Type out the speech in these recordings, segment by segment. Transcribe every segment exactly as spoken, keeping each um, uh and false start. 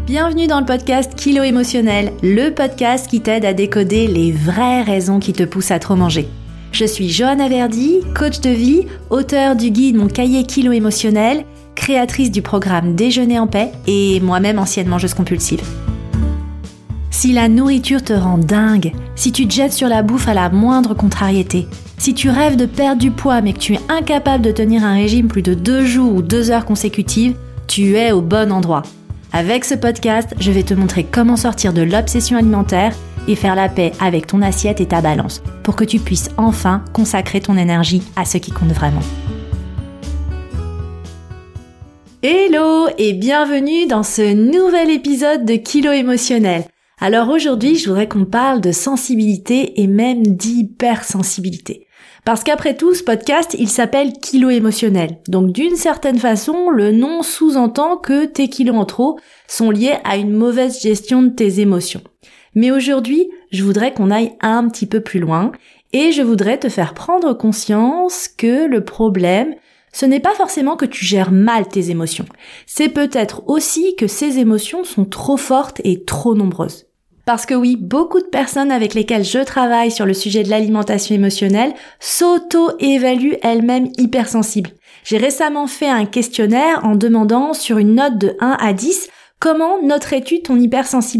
Bienvenue dans le podcast Kilo Émotionnel, le podcast qui t'aide à décoder les vraies raisons qui te poussent à trop manger. Je suis Johanna Verdi, coach de vie, auteure du guide Mon cahier Kilo Émotionnel, créatrice du programme Déjeuner en paix et moi-même ancienne mangeuse compulsive. Si la nourriture te rend dingue, si tu te jettes sur la bouffe à la moindre contrariété, si tu rêves de perdre du poids mais que tu es incapable de tenir un régime plus de deux jours ou deux heures consécutives, tu es au bon endroit. Avec ce podcast, je vais te montrer comment sortir de l'obsession alimentaire et faire la paix avec ton assiette et ta balance pour que tu puisses enfin consacrer ton énergie à ce qui compte vraiment. Hello et bienvenue dans ce nouvel épisode de Kilo Émotionnel. Alors aujourd'hui, je voudrais qu'on parle de sensibilité et même d'hypersensibilité. Parce qu'après tout, ce podcast, il s'appelle Kilo Émotionnel. Donc d'une certaine façon, le nom sous-entend que tes kilos en trop sont liés à une mauvaise gestion de tes émotions. Mais aujourd'hui, je voudrais qu'on aille un petit peu plus loin et je voudrais te faire prendre conscience que le problème, ce n'est pas forcément que tu gères mal tes émotions. C'est peut-être aussi que ces émotions sont trop fortes et trop nombreuses. Parce que oui, beaucoup de personnes avec lesquelles je travaille sur le sujet de l'alimentation émotionnelle s'auto-évaluent elles-mêmes hypersensibles. J'ai récemment fait un questionnaire en demandant sur une note de un à dix comment noterais-tu ton hypersensibilité ?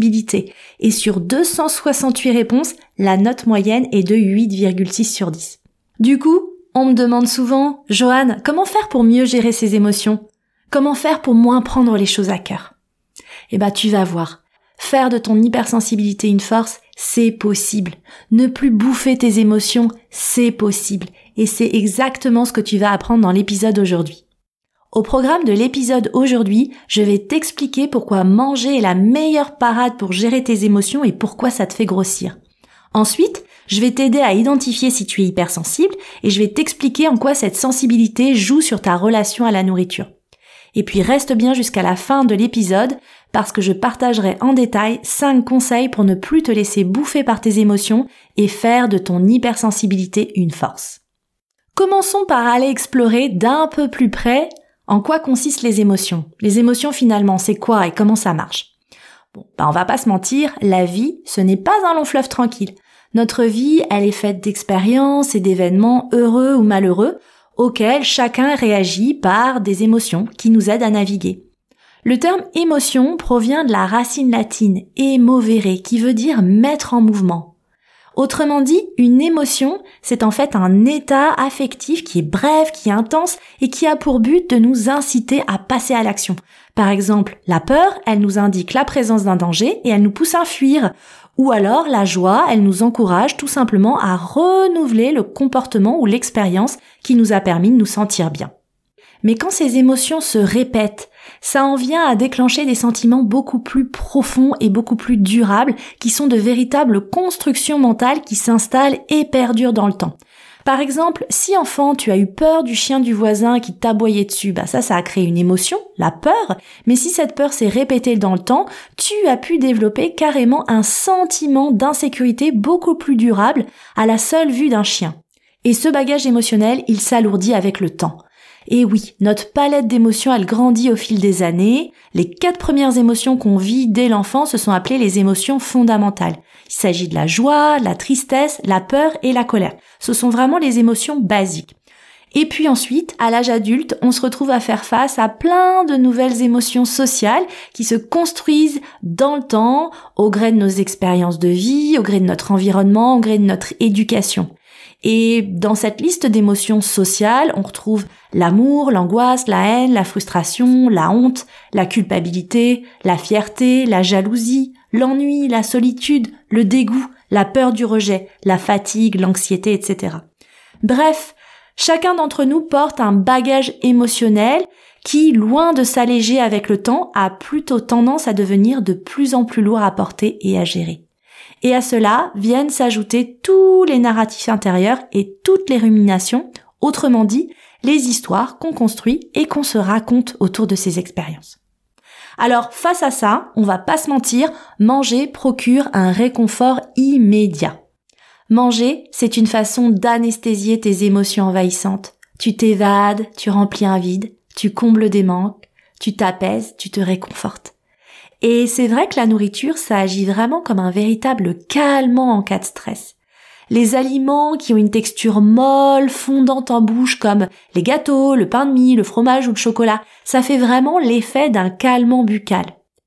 Et sur deux cent soixante-huit réponses, la note moyenne est de huit virgule six sur dix. Du coup, on me demande souvent « Johan, comment faire pour mieux gérer ses émotions ? Comment faire pour moins prendre les choses à cœur ?» Eh ben, tu vas voir. Faire de ton hypersensibilité une force, c'est possible. Ne plus bouffer tes émotions, c'est possible. Et c'est exactement ce que tu vas apprendre dans l'épisode aujourd'hui. Au programme de l'épisode aujourd'hui, je vais t'expliquer pourquoi manger est la meilleure parade pour gérer tes émotions et pourquoi ça te fait grossir. Ensuite, je vais t'aider à identifier si tu es hypersensible et je vais t'expliquer en quoi cette sensibilité joue sur ta relation à la nourriture. Et puis reste bien jusqu'à la fin de l'épisode parce que je partagerai en détail cinq conseils pour ne plus te laisser bouffer par tes émotions et faire de ton hypersensibilité une force. Commençons par aller explorer d'un peu plus près en quoi consistent les émotions. Les émotions finalement, c'est quoi et comment ça marche ? Bon, bah on va pas se mentir, la vie, ce n'est pas un long fleuve tranquille. Notre vie, elle est faite d'expériences et d'événements heureux ou malheureux auxquels chacun réagit par des émotions qui nous aident à naviguer. Le terme émotion provient de la racine latine emovere qui veut dire mettre en mouvement. Autrement dit, une émotion, c'est en fait un état affectif qui est bref, qui est intense et qui a pour but de nous inciter à passer à l'action. Par exemple, la peur, elle nous indique la présence d'un danger et elle nous pousse à fuir. Ou alors, la joie, elle nous encourage tout simplement à renouveler le comportement ou l'expérience qui nous a permis de nous sentir bien. Mais quand ces émotions se répètent, ça en vient à déclencher des sentiments beaucoup plus profonds et beaucoup plus durables qui sont de véritables constructions mentales qui s'installent et perdurent dans le temps. Par exemple, si enfant tu as eu peur du chien du voisin qui t'aboyait dessus, bah ça, ça a créé une émotion, la peur, mais si cette peur s'est répétée dans le temps, tu as pu développer carrément un sentiment d'insécurité beaucoup plus durable à la seule vue d'un chien. Et ce bagage émotionnel, il s'alourdit avec le temps. Et oui, notre palette d'émotions, elle grandit au fil des années. Les quatre premières émotions qu'on vit dès l'enfance se sont appelées les émotions fondamentales. Il s'agit de la joie, la tristesse, la peur et la colère. Ce sont vraiment les émotions basiques. Et puis ensuite, à l'âge adulte, on se retrouve à faire face à plein de nouvelles émotions sociales qui se construisent dans le temps, au gré de nos expériences de vie, au gré de notre environnement, au gré de notre éducation. Et dans cette liste d'émotions sociales, on retrouve l'amour, l'angoisse, la haine, la frustration, la honte, la culpabilité, la fierté, la jalousie, l'ennui, la solitude, le dégoût, la peur du rejet, la fatigue, l'anxiété, et cetera. Bref, chacun d'entre nous porte un bagage émotionnel qui, loin de s'alléger avec le temps, a plutôt tendance à devenir de plus en plus lourd à porter et à gérer. Et à cela viennent s'ajouter tous les narratifs intérieurs et toutes les ruminations, autrement dit, les histoires qu'on construit et qu'on se raconte autour de ces expériences. Alors, face à ça, on va pas se mentir, manger procure un réconfort immédiat. Manger, c'est une façon d'anesthésier tes émotions envahissantes. Tu t'évades, tu remplis un vide, tu combles des manques, tu t'apaises, tu te réconfortes. Et c'est vrai que la nourriture, ça agit vraiment comme un véritable calmant en cas de stress. Les aliments qui ont une texture molle, fondante en bouche comme les gâteaux, le pain de mie, le fromage ou le chocolat, ça fait vraiment l'effet d'un calmant buccal.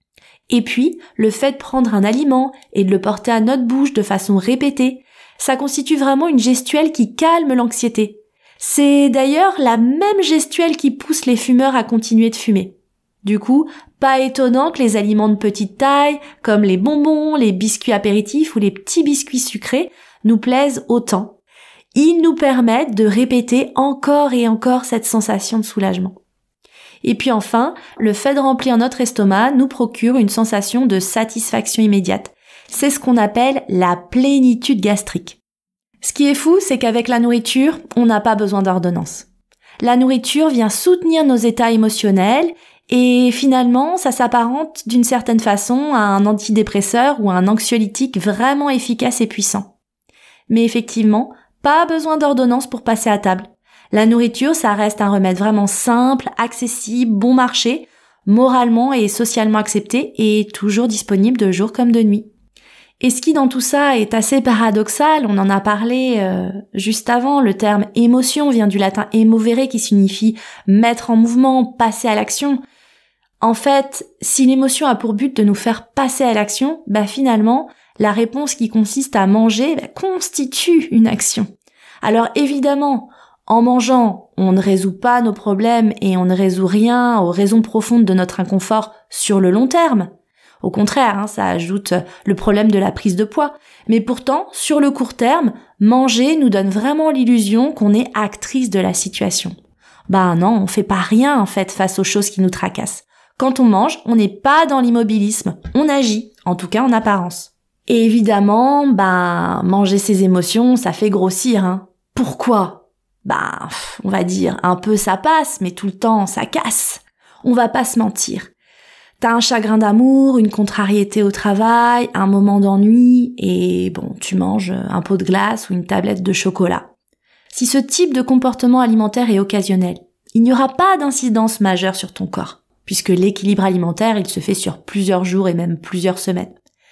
Et puis, le fait de prendre un aliment et de le porter à notre bouche de façon répétée, ça constitue vraiment une gestuelle qui calme l'anxiété. C'est d'ailleurs la même gestuelle qui pousse les fumeurs à continuer de fumer. Du coup, pas étonnant que les aliments de petite taille, comme les bonbons, les biscuits apéritifs ou les petits biscuits sucrés, nous plaisent autant. Ils nous permettent de répéter encore et encore cette sensation de soulagement. Et puis enfin, le fait de remplir notre estomac nous procure une sensation de satisfaction immédiate. C'est ce qu'on appelle la plénitude gastrique. Ce qui est fou, c'est qu'avec la nourriture, on n'a pas besoin d'ordonnance. La nourriture vient soutenir nos états émotionnels et finalement, ça s'apparente d'une certaine façon à un antidépresseur ou à un anxiolytique vraiment efficace et puissant. Mais effectivement, pas besoin d'ordonnance pour passer à table. La nourriture, ça reste un remède vraiment simple, accessible, bon marché, moralement et socialement accepté et toujours disponible de jour comme de nuit. Et ce qui dans tout ça est assez paradoxal, on en a parlé euh, juste avant, le terme émotion vient du latin emovere qui signifie mettre en mouvement, passer à l'action. En fait, si l'émotion a pour but de nous faire passer à l'action, bah finalement, la réponse qui consiste à manger bah, constitue une action. Alors évidemment, en mangeant, on ne résout pas nos problèmes et on ne résout rien aux raisons profondes de notre inconfort sur le long terme. Au contraire, hein, ça ajoute le problème de la prise de poids. Mais pourtant, sur le court terme, manger nous donne vraiment l'illusion qu'on est actrice de la situation. Bah non, on fait pas rien en fait face aux choses qui nous tracassent. Quand on mange, on n'est pas dans l'immobilisme, on agit, en tout cas en apparence. Et évidemment, bah manger ses émotions, ça fait grossir. Hein. Pourquoi ? Bah, on va dire, un peu ça passe, mais tout le temps ça casse. On va pas se mentir. T'as un chagrin d'amour, une contrariété au travail, un moment d'ennui, et bon, tu manges un pot de glace ou une tablette de chocolat. Si ce type de comportement alimentaire est occasionnel, il n'y aura pas d'incidence majeure sur ton corps, puisque l'équilibre alimentaire, il se fait sur plusieurs jours et même plusieurs semaines.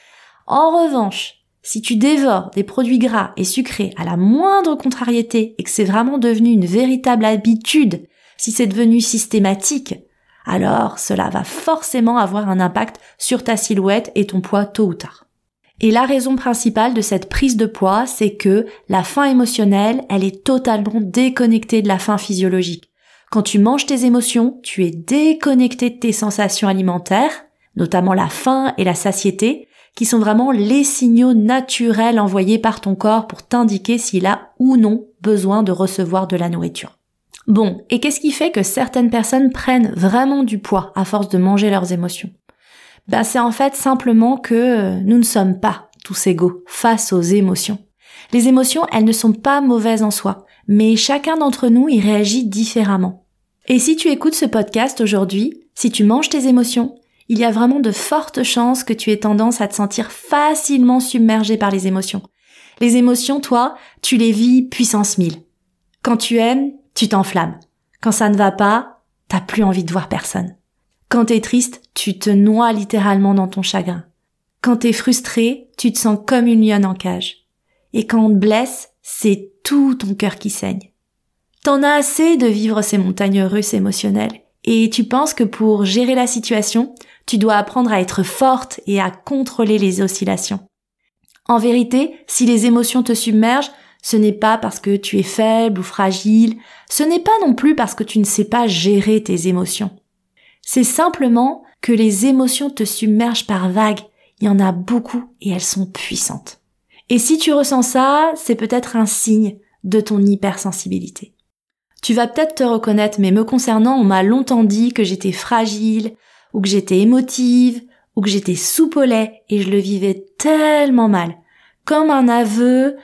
En revanche, si tu dévores des produits gras et sucrés à la moindre contrariété et que c'est vraiment devenu une véritable habitude, si c'est devenu systématique, alors cela va forcément avoir un impact sur ta silhouette et ton poids tôt ou tard. Et la raison principale de cette prise de poids, c'est que la faim émotionnelle, elle est totalement déconnectée de la faim physiologique. Quand tu manges tes émotions, tu es déconnecté de tes sensations alimentaires, notamment la faim et la satiété, qui sont vraiment les signaux naturels envoyés par ton corps pour t'indiquer s'il a ou non besoin de recevoir de la nourriture. Bon, et qu'est-ce qui fait que certaines personnes prennent vraiment du poids à force de manger leurs émotions ? Ben, c'est en fait simplement que nous ne sommes pas tous égaux face aux émotions. Les émotions, elles ne sont pas mauvaises en soi, mais chacun d'entre nous y réagit différemment. Et si tu écoutes ce podcast aujourd'hui, si tu manges tes émotions, il y a vraiment de fortes chances que tu aies tendance à te sentir facilement submergé par les émotions. Les émotions, toi, tu les vis puissance mille. Quand tu aimes, tu t'enflammes. Quand ça ne va pas, t'as plus envie de voir personne. Quand t'es triste, tu te noies littéralement dans ton chagrin. Quand t'es frustré, tu te sens comme une lionne en cage. Et quand on te blesse, c'est tout ton cœur qui saigne. T'en as assez de vivre ces montagnes russes émotionnelles. Et tu penses que pour gérer la situation, tu dois apprendre à être forte et à contrôler les oscillations. En vérité, si les émotions te submergent, ce n'est pas parce que tu es faible ou fragile, ce n'est pas non plus parce que tu ne sais pas gérer tes émotions. C'est simplement que les émotions te submergent par vagues, il y en a beaucoup et elles sont puissantes. Et si tu ressens ça, c'est peut-être un signe de ton hypersensibilité. Tu vas peut-être te reconnaître, mais me concernant, on m'a longtemps dit que j'étais fragile, ou que j'étais émotive, ou que j'étais soupe au lait, et je le vivais tellement mal. Comme un aveu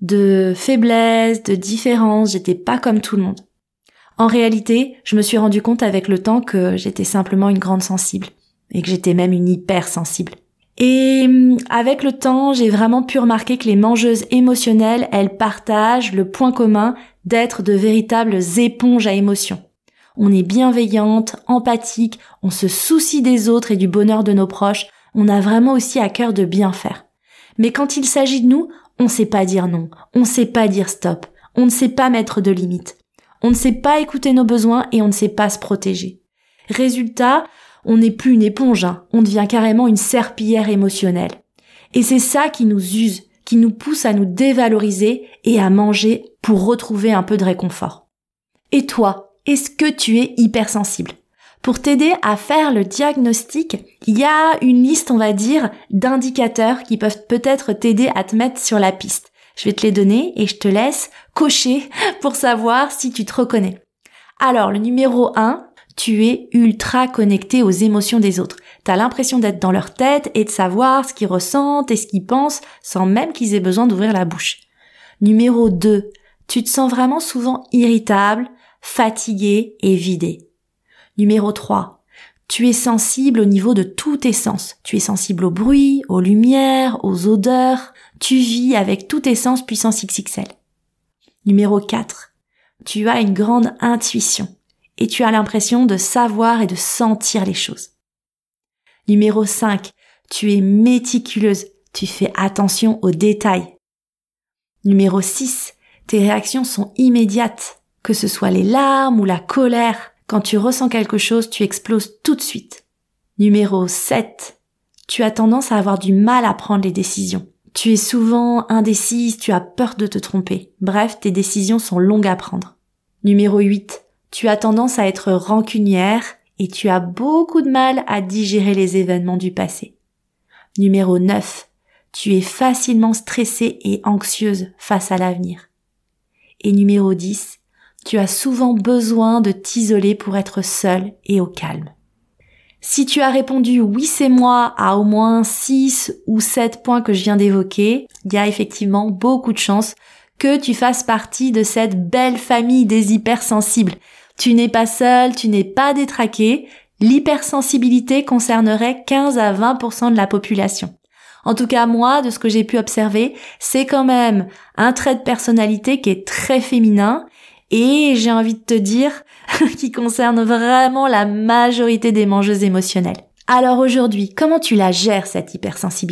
de faiblesse, de différence, j'étais pas comme tout le monde. En réalité, je me suis rendu compte avec le temps que j'étais simplement une grande sensible, et que j'étais même une hypersensible. Et avec le temps, j'ai vraiment pu remarquer que les mangeuses émotionnelles, elles partagent le point commun d'être de véritables éponges à émotions. On est bienveillante, empathique, on se soucie des autres et du bonheur de nos proches, On a vraiment aussi à cœur de bien faire. Mais quand il s'agit de nous, on ne sait pas dire non, on ne sait pas dire stop, on ne sait pas mettre de limites, on ne sait pas écouter nos besoins et on ne sait pas se protéger. Résultat, on n'est plus une éponge, hein, on devient carrément une serpillière émotionnelle. Et c'est ça qui nous use, qui nous pousse à nous dévaloriser et à manger pour retrouver un peu de réconfort. Et toi, est-ce que tu es hypersensible ? Pour t'aider à faire le diagnostic, il y a une liste, on va dire, d'indicateurs qui peuvent peut-être t'aider à te mettre sur la piste. Je vais te les donner et je te laisse cocher pour savoir si tu te reconnais. Alors, le numéro un, tu es ultra connecté aux émotions des autres. T'as l'impression d'être dans leur tête et de savoir ce qu'ils ressentent et ce qu'ils pensent sans même qu'ils aient besoin d'ouvrir la bouche. Numéro deux, tu te sens vraiment souvent irritable, fatigué et vidé. Numéro trois, tu es sensible au niveau de tous tes sens. Tu es sensible au bruit, aux lumières, aux odeurs. Tu vis avec tous tes sens puissance X X L. Numéro quatre, tu as une grande intuition et tu as l'impression de savoir et de sentir les choses. Numéro cinq, tu es méticuleuse. Tu fais attention aux détails. Numéro six, tes réactions sont immédiates, que ce soit les larmes ou la colère. Quand tu ressens quelque chose, tu exploses tout de suite. Numéro sept, tu as tendance à avoir du mal à prendre les décisions. Tu es souvent indécise, tu as peur de te tromper. Bref, tes décisions sont longues à prendre. Numéro huit, tu as tendance à être rancunière et tu as beaucoup de mal à digérer les événements du passé. Numéro neuf, tu es facilement stressée et anxieuse face à l'avenir. Et numéro dix, tu as souvent besoin de t'isoler pour être seule et au calme. Si tu as répondu « oui, c'est moi » à au moins six ou sept points que je viens d'évoquer, il y a effectivement beaucoup de chances que tu fasses partie de cette belle famille des hypersensibles. Tu n'es pas seule, tu n'es pas détraquée. L'hypersensibilité concernerait quinze à vingt pour cent de la population. En tout cas, moi, de ce que j'ai pu observer, c'est quand même un trait de personnalité qui est très féminin. Et j'ai envie de te dire qui concerne vraiment la majorité des mangeuses émotionnelles. Alors aujourd'hui, comment tu la gères cette hypersensibilité ?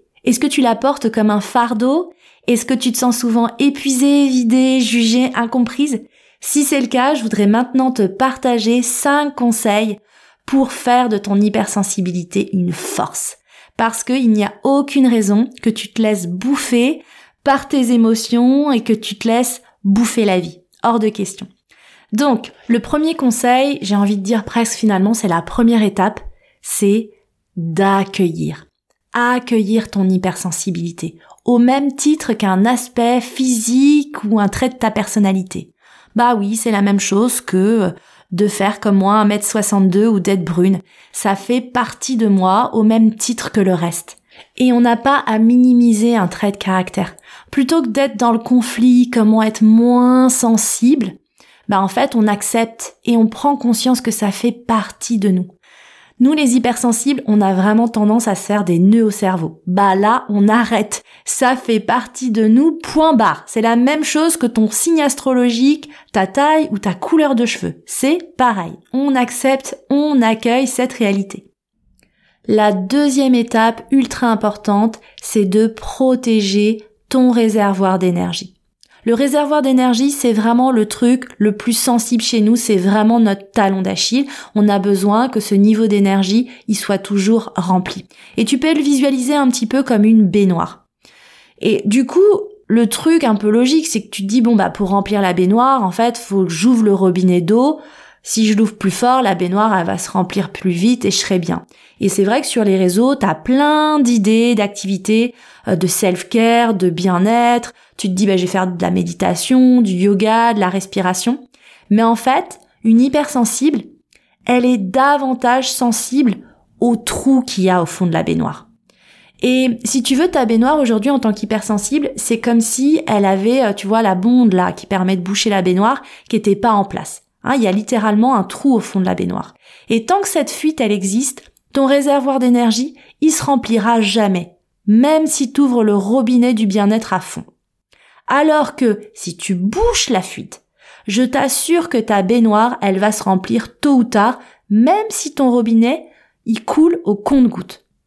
Est-ce que tu la portes comme un fardeau ? Est-ce que tu te sens souvent épuisée, vidée, jugée, incomprise ? Si c'est le cas, je voudrais maintenant te partager cinq conseils pour faire de ton hypersensibilité une force. Parce qu'il n'y a aucune raison que tu te laisses bouffer par tes émotions et que tu te laisses bouffer la vie. Hors de question. Donc, le premier conseil, j'ai envie de dire presque finalement, c'est la première étape, c'est d'accueillir. Accueillir ton hypersensibilité, au même titre qu'un aspect physique ou un trait de ta personnalité. Bah oui, c'est la même chose que de faire comme moi un mètre soixante-deux ou d'être brune. Ça fait partie de moi au même titre que le reste. Et on n'a pas à minimiser un trait de caractère. Plutôt que d'être dans le conflit, comment être moins sensible, bah en fait on accepte et on prend conscience que ça fait partie de nous. Nous les hypersensibles, on a vraiment tendance à se faire des nœuds au cerveau. Bah là, on arrête. Ça fait partie de nous, point barre. C'est la même chose que ton signe astrologique, ta taille ou ta couleur de cheveux. C'est pareil. On accepte, on accueille cette réalité. La deuxième étape ultra importante, c'est de protéger ton réservoir d'énergie. Le réservoir d'énergie, c'est vraiment le truc le plus sensible chez nous, c'est vraiment notre talon d'Achille. On a besoin que ce niveau d'énergie, il soit toujours rempli. Et tu peux le visualiser un petit peu comme une baignoire. Et du coup, le truc un peu logique, c'est que tu te dis, bon bah pour remplir la baignoire, en fait, faut que j'ouvre le robinet d'eau. Si je l'ouvre plus fort, la baignoire, elle va se remplir plus vite et je serai bien. Et c'est vrai que sur les réseaux, t'as plein d'idées, d'activités, euh, de self-care, de bien-être. Tu te dis, bah, je vais faire de la méditation, du yoga, de la respiration. Mais en fait, une hypersensible, elle est davantage sensible au trou qu'il y a au fond de la baignoire. Et si tu veux, ta baignoire aujourd'hui en tant qu'hypersensible, c'est comme si elle avait, tu vois, la bonde là qui permet de boucher la baignoire qui était pas en place. Hein, il y a littéralement un trou au fond de la baignoire. Et tant que cette fuite, elle existe, ton réservoir d'énergie, il se remplira jamais, même si tu ouvres le robinet du bien-être à fond. Alors que si tu bouches la fuite, je t'assure que ta baignoire, elle va se remplir tôt ou tard, même si ton robinet, il coule au compte-gouttes.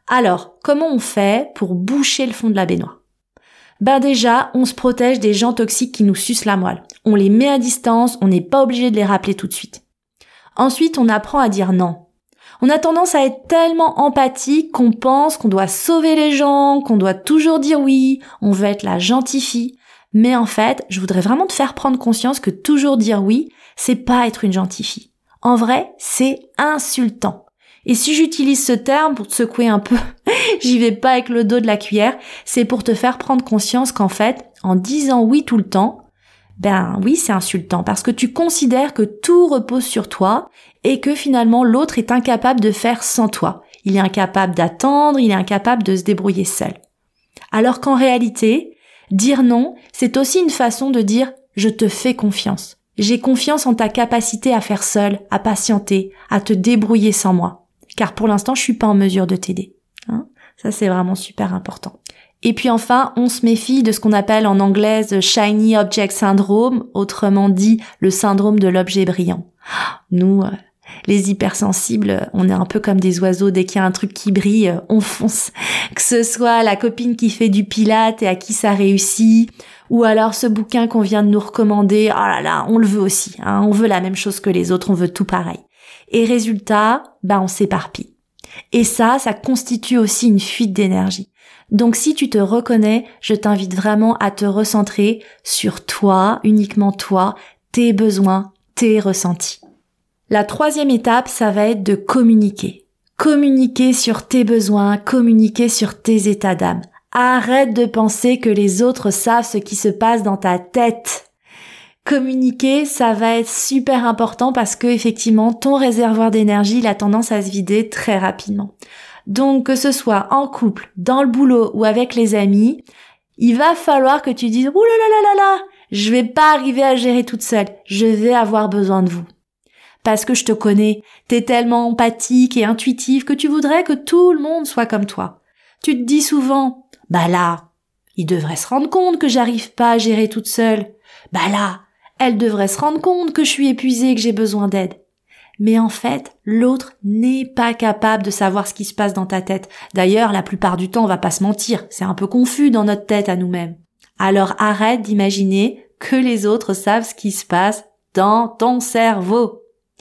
Alors, comment on fait pour boucher le fond de la baignoire? Ben déjà, on se protège des gens toxiques qui nous sucent la moelle. On les met à distance, on n'est pas obligé de les rappeler tout de suite. Ensuite, on apprend à dire non. On a tendance à être tellement empathique qu'on pense qu'on doit sauver les gens, qu'on doit toujours dire oui, on veut être la gentille fille. Mais en fait, je voudrais vraiment te faire prendre conscience que toujours dire oui, c'est pas être une gentille fille. En vrai, c'est insultant. Et si j'utilise ce terme pour te secouer un peu, j'y vais pas avec le dos de la cuillère, c'est pour te faire prendre conscience qu'en fait, en disant oui tout le temps, ben oui, c'est insultant parce que tu considères que tout repose sur toi et que finalement l'autre est incapable de faire sans toi. Il est incapable d'attendre, il est incapable de se débrouiller seul. Alors qu'en réalité, dire non, c'est aussi une façon de dire « je te fais confiance ». J'ai confiance en ta capacité à faire seul, à patienter, à te débrouiller sans moi. Car pour l'instant, je suis pas en mesure de t'aider. Hein, ça, c'est vraiment super important. Et puis enfin, on se méfie de ce qu'on appelle en anglais « shiny object syndrome », autrement dit le syndrome de l'objet brillant. Nous, les hypersensibles, on est un peu comme des oiseaux, dès qu'il y a un truc qui brille, on fonce. Que ce soit la copine qui fait du pilate et à qui ça réussit, ou alors ce bouquin qu'on vient de nous recommander, oh là là, on le veut aussi, hein, on veut la même chose que les autres, on veut tout pareil. Et résultat, bah on s'éparpille. Et ça, ça constitue aussi une fuite d'énergie. Donc si tu te reconnais, je t'invite vraiment à te recentrer sur toi, uniquement toi, tes besoins, tes ressentis. La troisième étape, ça va être de communiquer. Communiquer sur tes besoins, communiquer sur tes états d'âme. Arrête de penser que les autres savent ce qui se passe dans ta tête. Communiquer, ça va être super important parce que effectivement, ton réservoir d'énergie, il a tendance à se vider très rapidement. Donc, que ce soit en couple, dans le boulot ou avec les amis, il va falloir que tu dises « Ouh là là là là là, je vais pas arriver à gérer toute seule, je vais avoir besoin de vous. » Parce que je te connais, t'es tellement empathique et intuitive que tu voudrais que tout le monde soit comme toi. Tu te dis souvent « Bah là, il devrait se rendre compte que j'arrive pas à gérer toute seule. Bah là, elle devrait se rendre compte que je suis épuisée et que j'ai besoin d'aide. » Mais en fait, l'autre n'est pas capable de savoir ce qui se passe dans ta tête. D'ailleurs, la plupart du temps, on va pas se mentir, c'est un peu confus dans notre tête à nous-mêmes. Alors arrête d'imaginer que les autres savent ce qui se passe dans ton cerveau.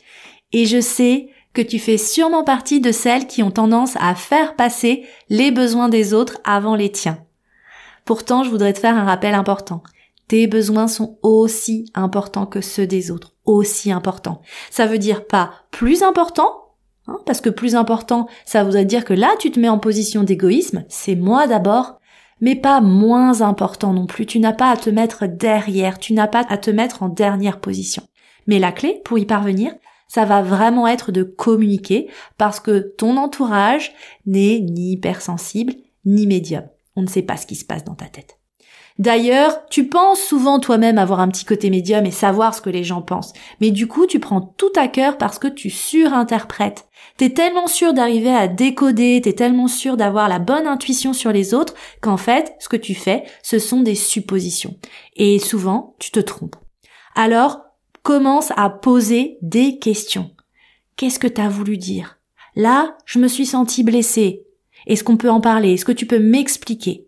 Et je sais que tu fais sûrement partie de celles qui ont tendance à faire passer les besoins des autres avant les tiens. Pourtant, je voudrais te faire un rappel important. Tes besoins sont aussi importants que ceux des autres, aussi importants. Ça veut dire pas plus important, hein, parce que plus important, ça voudrait dire que là, tu te mets en position d'égoïsme, c'est moi d'abord, mais pas moins important non plus. Tu n'as pas à te mettre derrière, tu n'as pas à te mettre en dernière position. Mais la clé pour y parvenir, ça va vraiment être de communiquer, parce que ton entourage n'est ni hypersensible, ni médium. On ne sait pas ce qui se passe dans ta tête. D'ailleurs, tu penses souvent toi-même avoir un petit côté médium et savoir ce que les gens pensent. Mais du coup, tu prends tout à cœur parce que tu surinterprètes. T'es tellement sûr d'arriver à décoder, t'es tellement sûr d'avoir la bonne intuition sur les autres qu'en fait, ce que tu fais, ce sont des suppositions. Et souvent, tu te trompes. Alors, commence à poser des questions. Qu'est-ce que t'as voulu dire? Là, je me suis sentie blessée. Est-ce qu'on peut en parler? Est-ce que tu peux m'expliquer?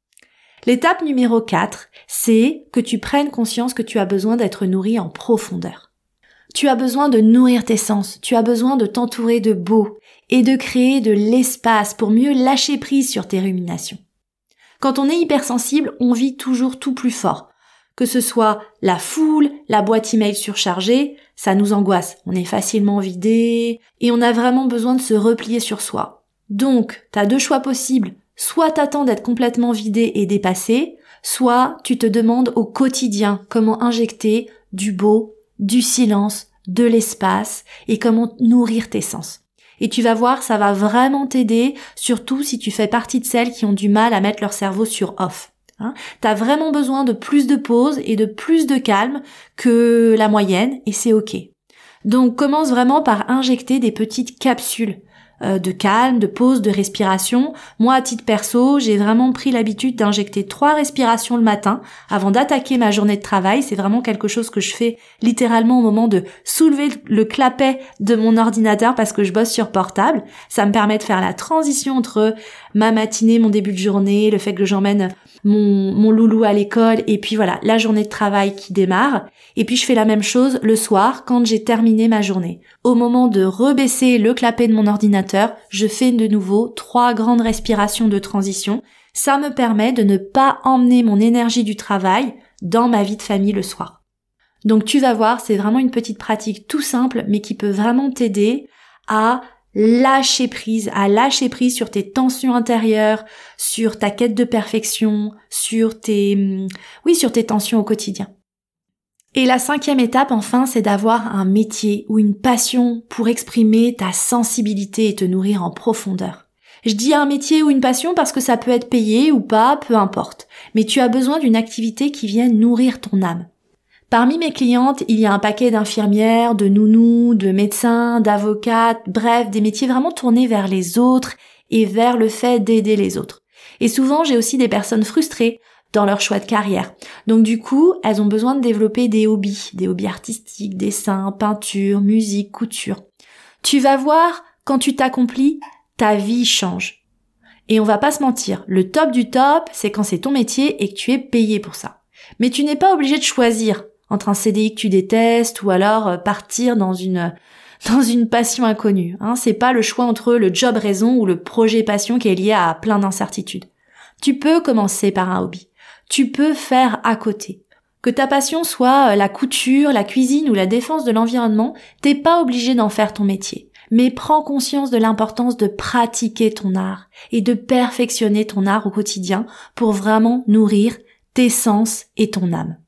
L'étape numéro quatre, c'est que tu prennes conscience que tu as besoin d'être nourri en profondeur. Tu as besoin de nourrir tes sens, tu as besoin de t'entourer de beau et de créer de l'espace pour mieux lâcher prise sur tes ruminations. Quand on est hypersensible, on vit toujours tout plus fort. Que ce soit la foule, la boîte email surchargée, ça nous angoisse. On est facilement vidé et on a vraiment besoin de se replier sur soi. Donc, t'as deux choix possibles. Soit t'attends d'être complètement vidé et dépassé, soit tu te demandes au quotidien comment injecter du beau, du silence, de l'espace et comment nourrir tes sens. Et tu vas voir, ça va vraiment t'aider, surtout si tu fais partie de celles qui ont du mal à mettre leur cerveau sur off. Hein, t'as vraiment besoin de plus de pause et de plus de calme que la moyenne et c'est ok. Donc commence vraiment par injecter des petites capsules euh, de calme, de pause, de respiration. Moi, à titre perso, j'ai vraiment pris l'habitude d'injecter trois respirations le matin avant d'attaquer ma journée de travail. C'est vraiment quelque chose que je fais littéralement au moment de soulever le clapet de mon ordinateur parce que je bosse sur portable. Ça me permet de faire la transition entre ma matinée, mon début de journée, le fait que j'emmène mon, mon loulou à l'école et puis voilà, la journée de travail qui démarre. Et puis je fais la même chose le soir quand j'ai terminé ma journée. Au moment de rebaisser le clapet de mon ordinateur, je fais de nouveau trois grandes respirations de transition. Ça me permet de ne pas emmener mon énergie du travail dans ma vie de famille le soir. Donc tu vas voir, c'est vraiment une petite pratique tout simple mais qui peut vraiment t'aider à lâcher prise, à lâcher prise sur tes tensions intérieures, sur ta quête de perfection, sur tes, oui, sur tes tensions au quotidien. Et la cinquième étape, enfin, c'est d'avoir un métier ou une passion pour exprimer ta sensibilité et te nourrir en profondeur. Je dis un métier ou une passion parce que ça peut être payé ou pas, peu importe. Mais tu as besoin d'une activité qui vienne nourrir ton âme. Parmi mes clientes, il y a un paquet d'infirmières, de nounous, de médecins, d'avocates, bref, des métiers vraiment tournés vers les autres et vers le fait d'aider les autres. Et souvent, j'ai aussi des personnes frustrées dans leur choix de carrière. Donc du coup, elles ont besoin de développer des hobbies, des hobbies artistiques, dessin, peinture, musique, couture. Tu vas voir, quand tu t'accomplis, ta vie change. Et on va pas se mentir, le top du top, c'est quand c'est ton métier et que tu es payé pour ça. Mais tu n'es pas obligé de choisir entre un C D I que tu détestes ou alors partir dans une dans une passion inconnue. Hein, c'est pas le choix entre le job raison ou le projet passion qui est lié à plein d'incertitudes. Tu peux commencer par un hobby. Tu peux faire à côté. Que ta passion soit la couture, la cuisine ou la défense de l'environnement, t'es pas obligé d'en faire ton métier. Mais prends conscience de l'importance de pratiquer ton art et de perfectionner ton art au quotidien pour vraiment nourrir tes sens et ton âme.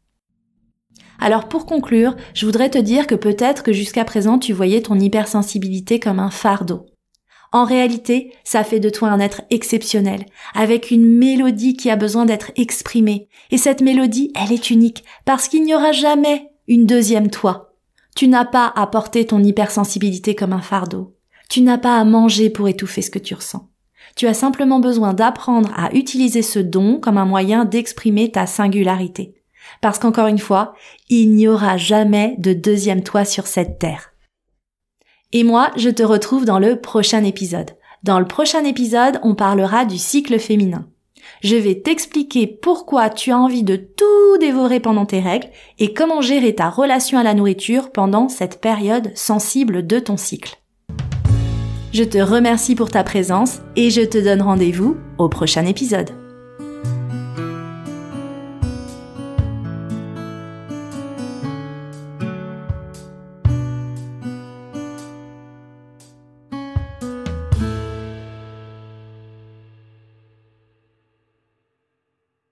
Alors pour conclure, je voudrais te dire que peut-être que jusqu'à présent tu voyais ton hypersensibilité comme un fardeau. En réalité, ça fait de toi un être exceptionnel, avec une mélodie qui a besoin d'être exprimée. Et cette mélodie, elle est unique, parce qu'il n'y aura jamais une deuxième toi. Tu n'as pas à porter ton hypersensibilité comme un fardeau. Tu n'as pas à manger pour étouffer ce que tu ressens. Tu as simplement besoin d'apprendre à utiliser ce don comme un moyen d'exprimer ta singularité. Parce qu'encore une fois, il n'y aura jamais de deuxième toi sur cette terre. Et moi, je te retrouve dans le prochain épisode. Dans le prochain épisode, on parlera du cycle féminin. Je vais t'expliquer pourquoi tu as envie de tout dévorer pendant tes règles et comment gérer ta relation à la nourriture pendant cette période sensible de ton cycle. Je te remercie pour ta présence et je te donne rendez-vous au prochain épisode.